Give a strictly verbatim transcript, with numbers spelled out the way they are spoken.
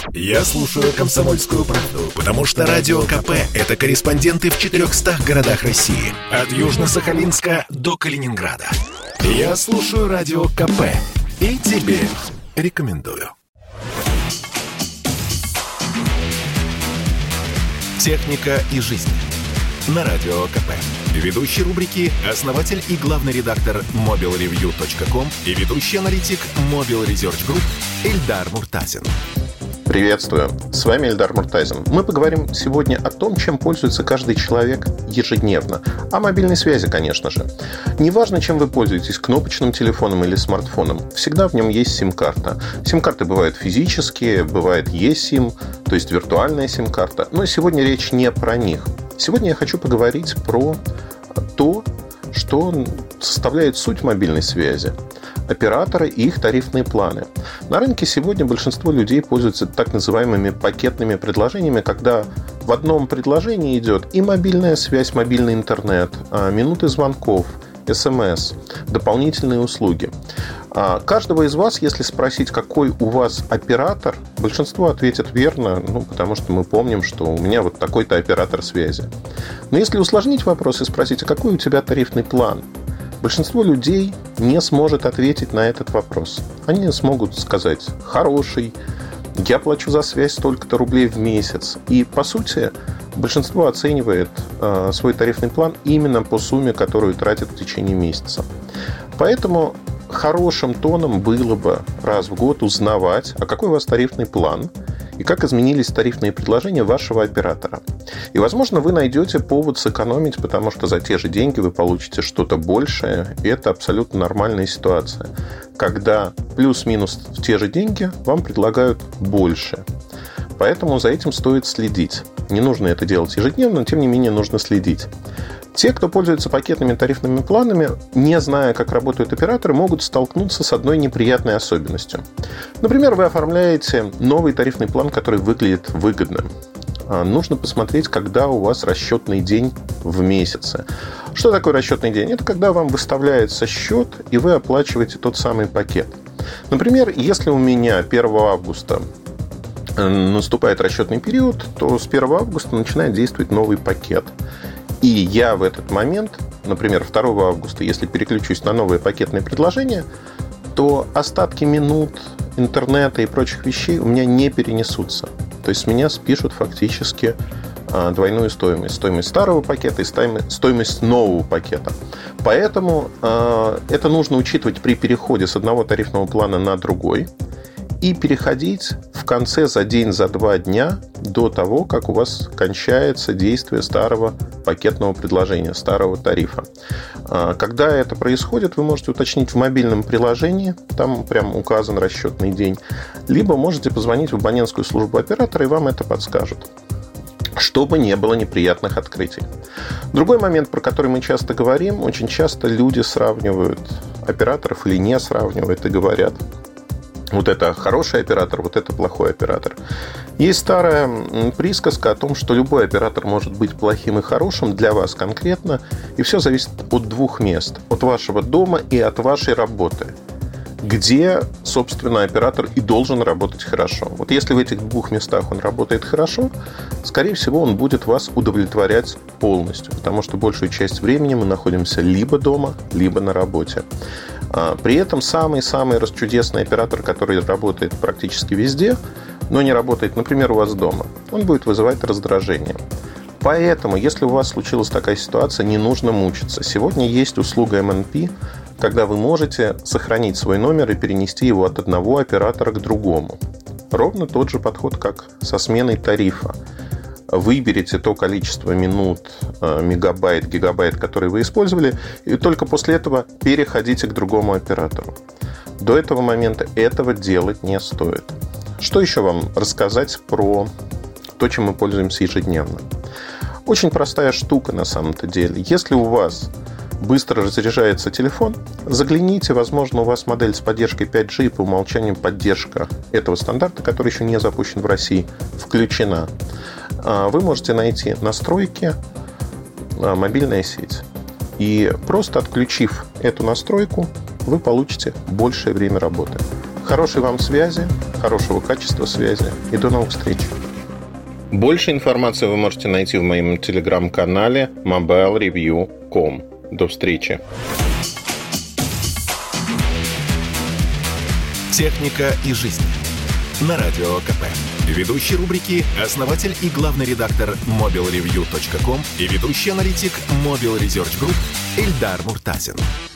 Я слушаю «Комсомольскую правду», потому что Радио КП – это корреспонденты в четырехстах городах России. От Южно-Сахалинска до Калининграда. Я слушаю Радио КП и тебе рекомендую. «Техника и жизнь» на Радио КП. Ведущий рубрики – основатель и главный редактор мобил ревью точка ком и ведущий аналитик Mobile Research Group Эльдар Муртазин. Приветствую, с вами Эльдар Муртазин. Мы поговорим сегодня о том, чем пользуется каждый человек ежедневно. О мобильной связи, конечно же. Неважно, чем вы пользуетесь, кнопочным телефоном или смартфоном, всегда в нем есть сим-карта. Сим-карты бывают физические, бывает eSIM, то есть виртуальная сим-карта. Но сегодня речь не про них. Сегодня я хочу поговорить про то, что составляет суть мобильной связи. Операторы и их тарифные планы. На рынке сегодня большинство людей пользуются так называемыми пакетными предложениями, когда в одном предложении идет и мобильная связь, мобильный интернет, минуты звонков, СМС, дополнительные услуги. Каждого из вас, если спросить, какой у вас оператор, большинство ответит верно, ну, потому что мы помним, что у меня вот такой-то оператор связи. Но если усложнить вопрос и спросить, а какой у тебя тарифный план, большинство людей не сможет ответить на этот вопрос. Они смогут сказать «хороший», «я плачу за связь столько-то рублей в месяц». И, по сути, большинство оценивает э, свой тарифный план именно по сумме, которую тратит в течение месяца. Поэтому хорошим тоном было бы раз в год узнавать, а какой у вас тарифный план и как изменились тарифные предложения вашего оператора. И, возможно, вы найдете повод сэкономить, потому что за те же деньги вы получите что-то большее. И это абсолютно нормальная ситуация, когда плюс-минус в те же деньги вам предлагают больше. Поэтому за этим стоит следить. Не нужно это делать ежедневно, но тем не менее нужно следить. Те, кто пользуется пакетными тарифными планами, не зная, как работают операторы, могут столкнуться с одной неприятной особенностью. Например, вы оформляете новый тарифный план, который выглядит выгодным. Нужно посмотреть, когда у вас расчетный день в месяце. Что такое расчетный день? Это когда вам выставляется счет, и вы оплачиваете тот самый пакет. Например, если у меня первого августа наступает расчетный период, то с первого августа начинает действовать новый пакет. И я в этот момент, например, второго августа, если переключусь на новое пакетное предложение, то остатки минут, интернета и прочих вещей у меня не перенесутся. То есть с меня спишут фактически двойную стоимость. Стоимость старого пакета и стоимость нового пакета. Поэтому это нужно учитывать при переходе с одного тарифного плана на другой. И переходить в конце за день, за два дня до того, как у вас кончается действие старого пакетного предложения, старого тарифа. Когда это происходит, вы можете уточнить в мобильном приложении, там прям указан расчетный день, либо можете позвонить в абонентскую службу оператора, и вам это подскажут, чтобы не было неприятных открытий. Другой момент, про который мы часто говорим, очень часто люди сравнивают операторов или не сравнивают и говорят: вот это хороший оператор, вот это плохой оператор. Есть старая присказка о том, что любой оператор может быть плохим и хорошим для вас конкретно, и все зависит от двух мест. От вашего дома и от вашей работы, где, собственно, оператор и должен работать хорошо. Вот если в этих двух местах он работает хорошо, скорее всего, он будет вас удовлетворять полностью, потому что большую часть времени мы находимся либо дома, либо на работе. При этом самый-самый расчудесный оператор, который работает практически везде, но не работает, например, у вас дома, он будет вызывать раздражение. Поэтому, если у вас случилась такая ситуация, не нужно мучиться. Сегодня есть услуга эм эн пи, когда вы можете сохранить свой номер и перенести его от одного оператора к другому. Ровно тот же подход, как со сменой тарифа. Выберите то количество минут, мегабайт, гигабайт, которые вы использовали, и только после этого переходите к другому оператору. До этого момента этого делать не стоит. Что еще вам рассказать про то, чем мы пользуемся ежедневно? Очень простая штука на самом-то деле. Если у вас быстро разряжается телефон, загляните, возможно, у вас модель с поддержкой пять джи, и по умолчанию поддержка этого стандарта, который еще не запущен в России, включена. Вы можете найти настройки «Мобильная сеть». И просто отключив эту настройку, вы получите большее время работы. Хорошей вам связи, хорошего качества связи и до новых встреч. Больше информации вы можете найти в моем телеграм-канале мобайл ревью точка ком. До встречи. Техника и жизнь. На Радио КП. Ведущий рубрики – основатель и главный редактор мобайл ревью точка ком и ведущий аналитик Mobile Research Group Эльдар Муртазин.